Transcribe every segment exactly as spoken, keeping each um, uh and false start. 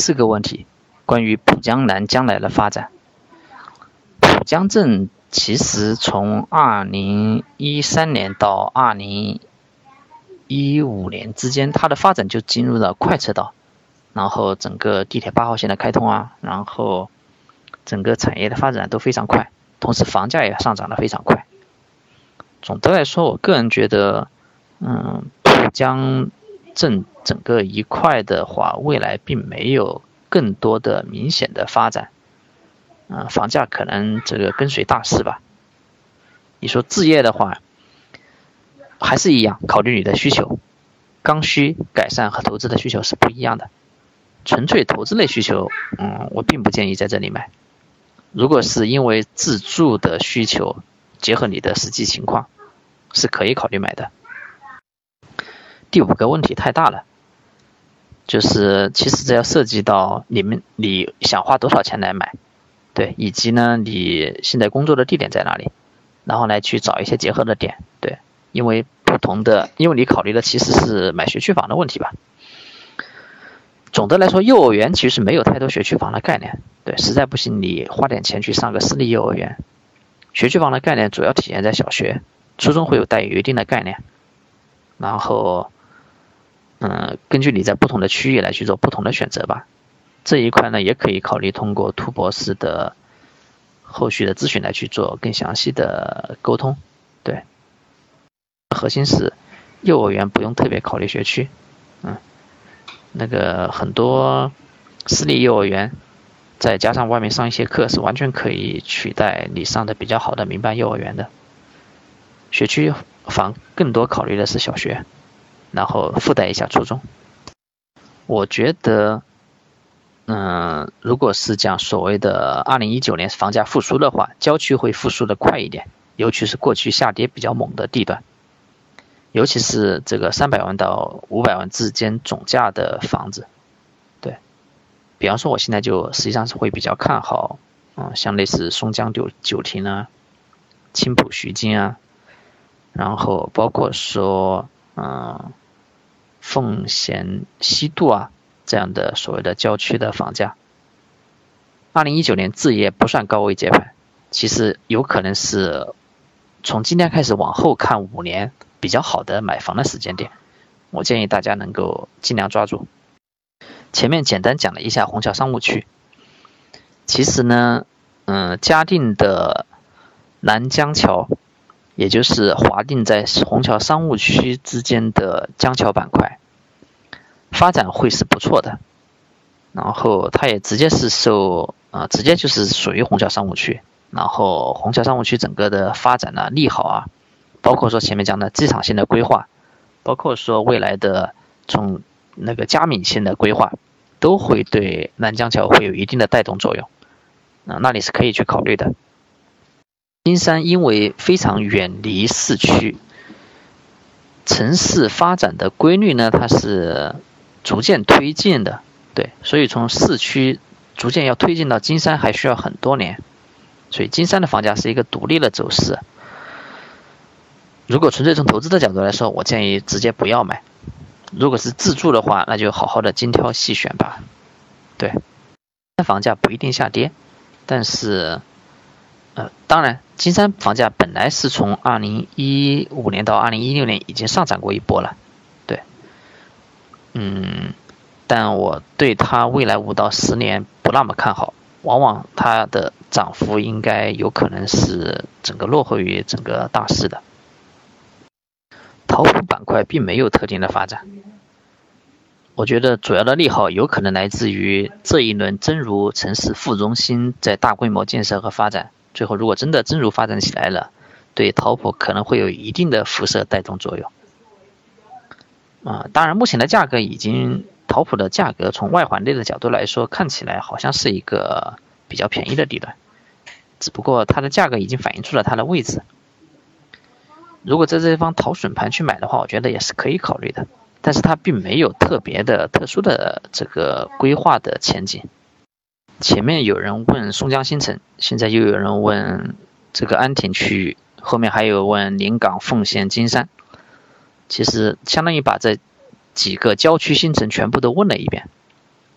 四个问题，关于浦江南将来的发展。浦江镇其实从二零一三年到二零一五年之间，它的发展就进入了快车道，然后整个地铁八号线的开通啊，然后整个产业的发展都非常快，同时房价也上涨得非常快。总的来说，我个人觉得，嗯，浦江镇整个一块的话，未来并没有更多的明显的发展。嗯，房价可能这个跟随大势吧。你说置业的话，还是一样，考虑你的需求，刚需、改善和投资的需求是不一样的。纯粹投资类需求，嗯，我并不建议在这里买。如果是因为自住的需求，结合你的实际情况，是可以考虑买的。第五个问题太大了，就是其实这要涉及到你们你想花多少钱来买，对，以及呢你现在工作的地点在哪里，然后来去找一些结合的点，对，因为不同的，因为你考虑的其实是买学区房的问题吧。总的来说，幼儿园其实没有太多学区房的概念，对，实在不行你花点钱去上个私立幼儿园。学区房的概念主要体现在小学，初中会有带有一定的概念，然后嗯，根据你在不同的区域来去做不同的选择吧。这一块呢，也可以考虑通过涂博士的后续的咨询来去做更详细的沟通。对，核心是幼儿园不用特别考虑学区，嗯，那个很多私立幼儿园再加上外面上一些课，是完全可以取代你上的比较好的民办幼儿园的。学区房更多考虑的是小学，然后附带一下初中。我觉得嗯，如果是讲所谓的二零一九年房价复苏的话，郊区会复苏的快一点，尤其是过去下跌比较猛的地段，尤其是这个三百万到五百万之间总价的房子。对，比方说我现在就实际上是会比较看好，嗯，像类似松江九九亭啊、青浦徐泾啊，然后包括说嗯奉贤西渡啊这样的所谓的郊区的房价。二零一九年置业不算高位接盘，其实有可能是从今天开始往后看五年比较好的买房的时间点，我建议大家能够尽量抓住。前面简单讲了一下虹桥商务区，其实呢，嗯，嘉定的南江桥，也就是划定在虹桥商务区之间的江桥板块，发展会是不错的。然后它也直接是受，呃，直接就是属于虹桥商务区。然后虹桥商务区整个的发展呢利好啊，包括说前面讲的机场线的规划，包括说未来的从那个嘉闵线的规划，都会对南江桥会有一定的带动作用。啊、呃，那里是可以去考虑的。金山因为非常远离市区，城市发展的规律呢，它是逐渐推进的，对，所以从市区逐渐要推进到金山还需要很多年，所以金山的房价是一个独立的走势。如果纯粹从投资的角度来说，我建议直接不要买。如果是自住的话，那就好好的精挑细选吧。对，房价不一定下跌，但是呃，当然金山房价本来是从二零一五年到二零一六年已经上涨过一波了，对，嗯，但我对它未来五到十年不那么看好，往往它的涨幅应该有可能是整个落后于整个大势的。淘普板块并没有特定的发展，我觉得主要的利好有可能来自于这一轮真如城市副中心在大规模建设和发展，最后如果真的真如发展起来了，对淘普可能会有一定的辐射带动作用。啊、呃，当然目前的价格已经，淘普的价格从外环类的角度来说，看起来好像是一个比较便宜的地段，只不过它的价格已经反映出了它的位置。如果在这地方淘笋盘去买的话，我觉得也是可以考虑的，但是它并没有特别的特殊的这个规划的前景。前面有人问松江新城，现在又有人问这个安亭区域，后面还有问临港、奉贤、金山，其实相当于把这几个郊区新城全部都问了一遍。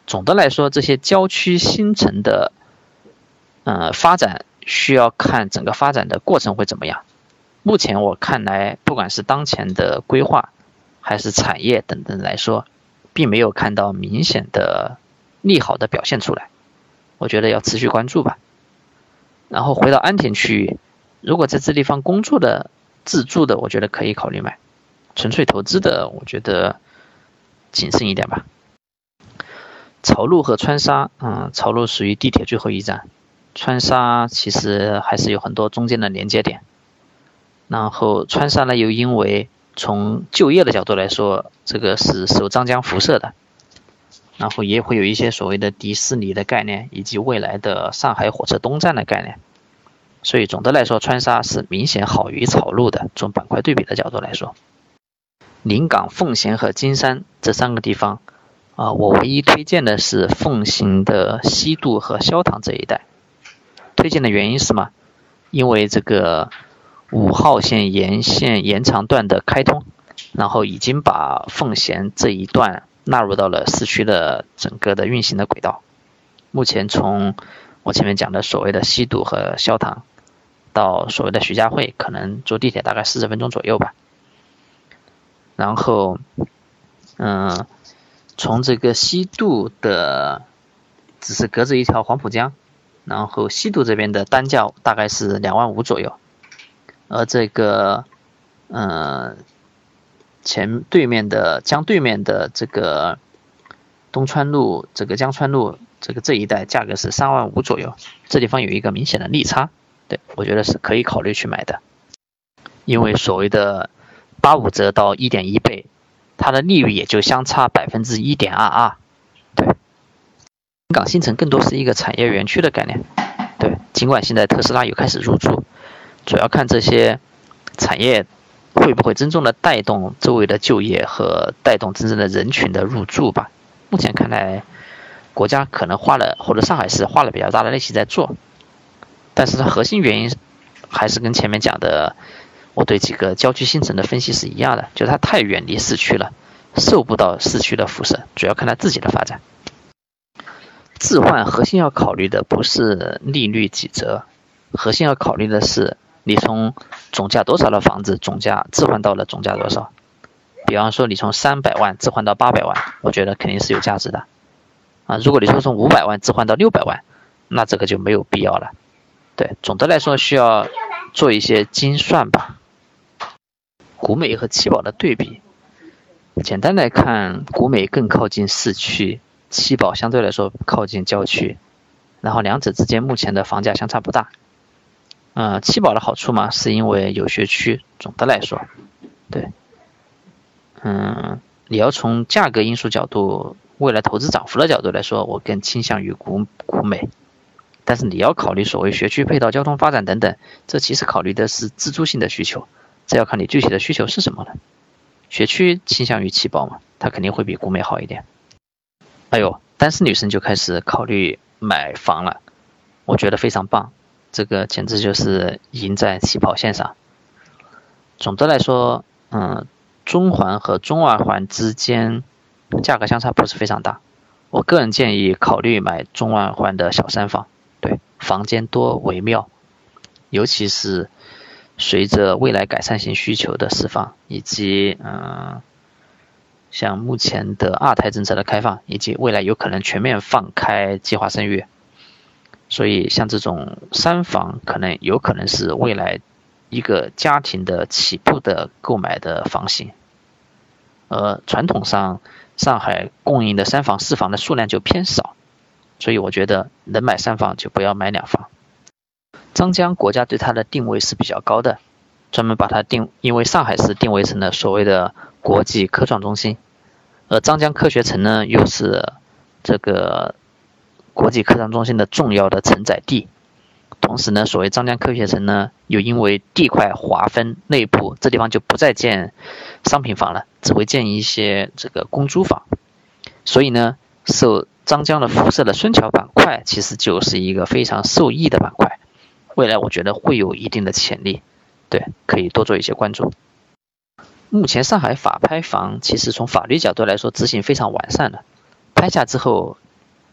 总的来说，这些郊区新城的呃发展需要看整个发展的过程会怎么样。目前我看来，不管是当前的规划还是产业等等来说，并没有看到明显的利好的表现出来，我觉得要持续关注吧。然后回到安田区域，如果在这地方工作的自住的，我觉得可以考虑买，纯粹投资的我觉得谨慎一点吧。潮路和川沙，嗯，潮路属于地铁最后一站，川沙其实还是有很多中间的连接点。然后川沙呢，又因为从就业的角度来说，这个是受张江辐射的，然后也会有一些所谓的迪士尼的概念，以及未来的上海火车东站的概念。所以总的来说，川沙是明显好于潮路的，从板块对比的角度来说。临港、奉贤和金山这三个地方啊、呃，我唯一推荐的是奉行的西渡和萧塘这一带。推荐的原因是什么？因为这个五号线沿线延长段的开通，然后已经把奉贤这一段纳入到了市区的整个的运行的轨道。目前从我前面讲的所谓的西渡和萧塘到所谓的徐家汇，可能坐地铁大概四十分钟左右吧。然后嗯，从这个西渡的只是隔着一条黄浦江，然后西渡这边的单价大概是两万五左右，而这个嗯前对面的江对面的这个东川路、这个江川路这个这一带价格是三万五左右，这地方有一个明显的利差，对，我觉得是可以考虑去买的。因为所谓的八五折到 一点一 倍，它的利率也就相差 百分之一点二二。 对，临港新城更多是一个产业园区的概念，对，尽管现在特斯拉又开始入驻，主要看这些产业会不会真正的带动周围的就业和带动真正的人群的入驻吧。目前看来，国家可能花了，或者上海市花了比较大的力气在做，但是它核心原因还是跟前面讲的我对几个郊区新城的分析是一样的，就是它太远离市区了，受不到市区的辐射，主要看它自己的发展。置换核心要考虑的不是利率几折，核心要考虑的是你从总价多少的房子总价置换到了总价多少。比方说你从三百万置换到八百万，我觉得肯定是有价值的啊。如果你说从五百万置换到六百万，那这个就没有必要了。对，总的来说需要做一些精算吧。古美和七宝的对比，简单来看，古美更靠近市区，七宝相对来说靠近郊区，然后两者之间目前的房价相差不大。呃，七宝的好处嘛，是因为有学区，总的来说，对，嗯，你要从价格因素角度、未来投资涨幅的角度来说，我更倾向于古古美。但是你要考虑所谓学区配套、交通发展等等，这其实考虑的是自住性的需求，这要看你具体的需求是什么了。学区倾向于七宝嘛，它肯定会比古美好一点。哎呦，单身女生就开始考虑买房了，我觉得非常棒，这个简直就是赢在起跑线上。总的来说，嗯，中环和中二环之间价格相差不是非常大，我个人建议考虑买中二环的小三房，对，房间多为妙，尤其是随着未来改善型需求的释放，以及嗯，像目前的二胎政策的开放，以及未来有可能全面放开计划生育，所以像这种三房可能有可能是未来一个家庭的起步的购买的房型。而传统上上海供应的三房四房的数量就偏少，所以我觉得能买三房就不要买两房。张江国家对它的定位是比较高的，专门把它定，因为上海市定位成了所谓的国际科创中心，而张江科学城呢又是这个国际科创中心的重要的承载地。同时呢，所谓张江科学城呢，又因为地块划分内部，这地方就不再建商品房了，只会建一些这个公租房。所以呢，受张江的辐射的孙桥板块其实就是一个非常受益的板块，未来我觉得会有一定的潜力，对，可以多做一些关注。目前上海法拍房其实从法律角度来说执行非常完善的，拍下之后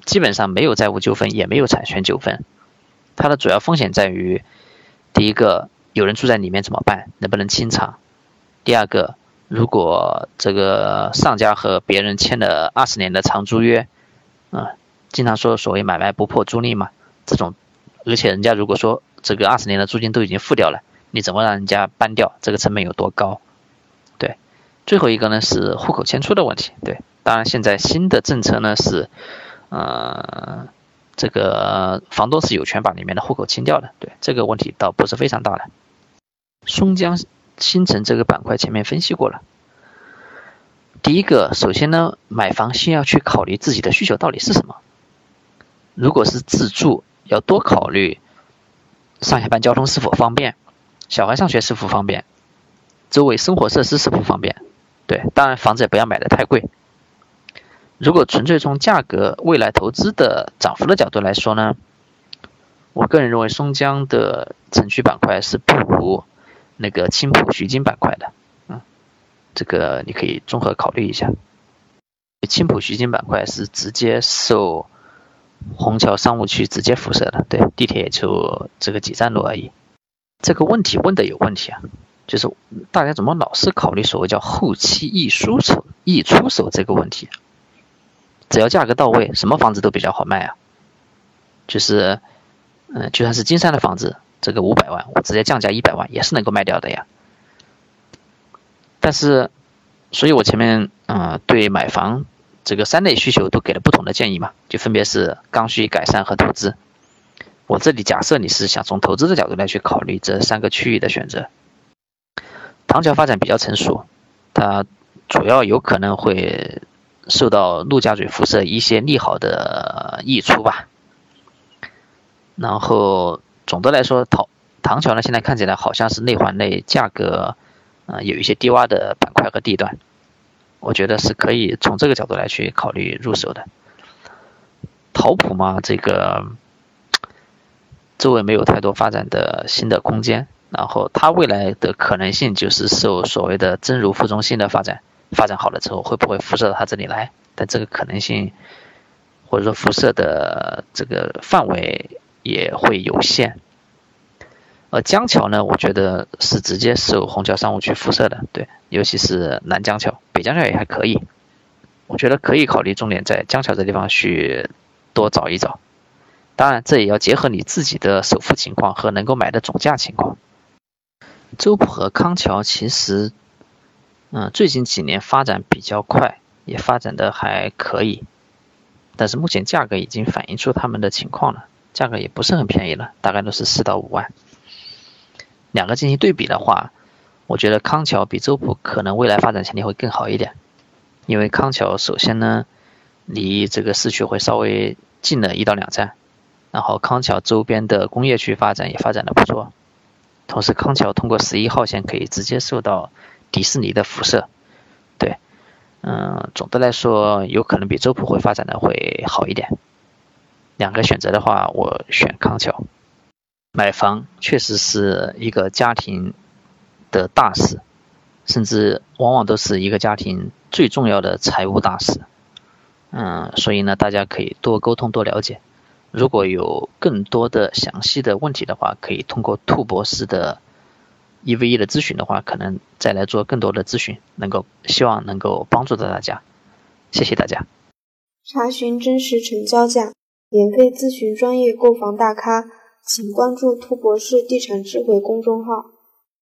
基本上没有债务纠纷，也没有产权纠纷。它的主要风险在于，第一个，有人住在里面怎么办？能不能清偿？第二个，如果这个上家和别人签了二十年的长租约，啊、呃，经常说所谓买卖不破租赁嘛，这种，而且人家如果说这个二十年的租金都已经付掉了，你怎么让人家搬掉？这个成本有多高？对，最后一个呢是户口迁出的问题。对，当然现在新的政策呢是，呃，这个房东是有权把里面的户口清掉的。对，这个问题倒不是非常大的。松江新城这个板块前面分析过了。第一个，首先呢，买房先要去考虑自己的需求到底是什么。如果是自住，要多考虑上下班交通是否方便，小孩上学是否方便，周围生活设施是否方便。对，当然房子也不要买得太贵。如果纯粹从价格、未来投资的涨幅的角度来说呢，我个人认为松江的城区板块是不如那个青浦徐泾板块的。嗯，这个你可以综合考虑一下。青浦徐泾板块是直接受虹桥商务区直接辐射的，对，地铁也就这个几站路而已。这个问题问的有问题啊，就是大家怎么老是考虑所谓叫后期易出手易出手这个问题？只要价格到位，什么房子都比较好卖啊。就是，嗯、呃，就算是金山的房子，这个五百万，我直接降价一百万也是能够卖掉的呀。但是，所以我前面嗯、呃、对买房这个三类需求都给了不同的建议嘛，就分别是刚需、改善和投资。我这里假设你是想从投资的角度来去考虑这三个区域的选择。唐桥发展比较成熟，它主要有可能会受到陆家嘴辐射一些利好的溢出吧。然后总的来说，唐唐桥呢现在看起来好像是内环内价格呃有一些低洼的板块和地段，我觉得是可以从这个角度来去考虑入手的。桃浦嘛，这个周围没有太多发展的新的空间，然后它未来的可能性就是受所谓的真如副中心的发展，发展好了之后会不会辐射到它这里来？但这个可能性或者说辐射的这个范围也会有限。而江桥呢，我觉得是直接受虹桥商务区辐射的，对，尤其是南江桥，北江桥也还可以，我觉得可以考虑重点在江桥这地方去多找一找。当然，这也要结合你自己的首付情况和能够买的总价情况。周浦和康桥其实，嗯、呃，最近几年发展比较快，也发展的还可以，但是目前价格已经反映出他们的情况了，价格也不是很便宜了，大概都是四到五万。两个进行对比的话，我觉得康桥比周浦可能未来发展潜力会更好一点，因为康桥首先呢，离这个市区会稍微近了一到两站，然后康桥周边的工业区发展也发展的不错，同时康桥通过十一号线可以直接受到迪士尼的辐射，对，嗯，总的来说有可能比周浦会发展的会好一点。两个选择的话，我选康桥。买房确实是一个家庭的大事，甚至往往都是一个家庭最重要的财务大事。嗯，所以呢，大家可以多沟通多了解。如果有更多的详细的问题的话，可以通过兔博士的一 v 一的咨询的话，可能再来做更多的咨询，能够希望能够帮助到大家。谢谢大家。 查询真实成交价，免费咨询专业购房大咖，请关注兔博士地产智慧公众号。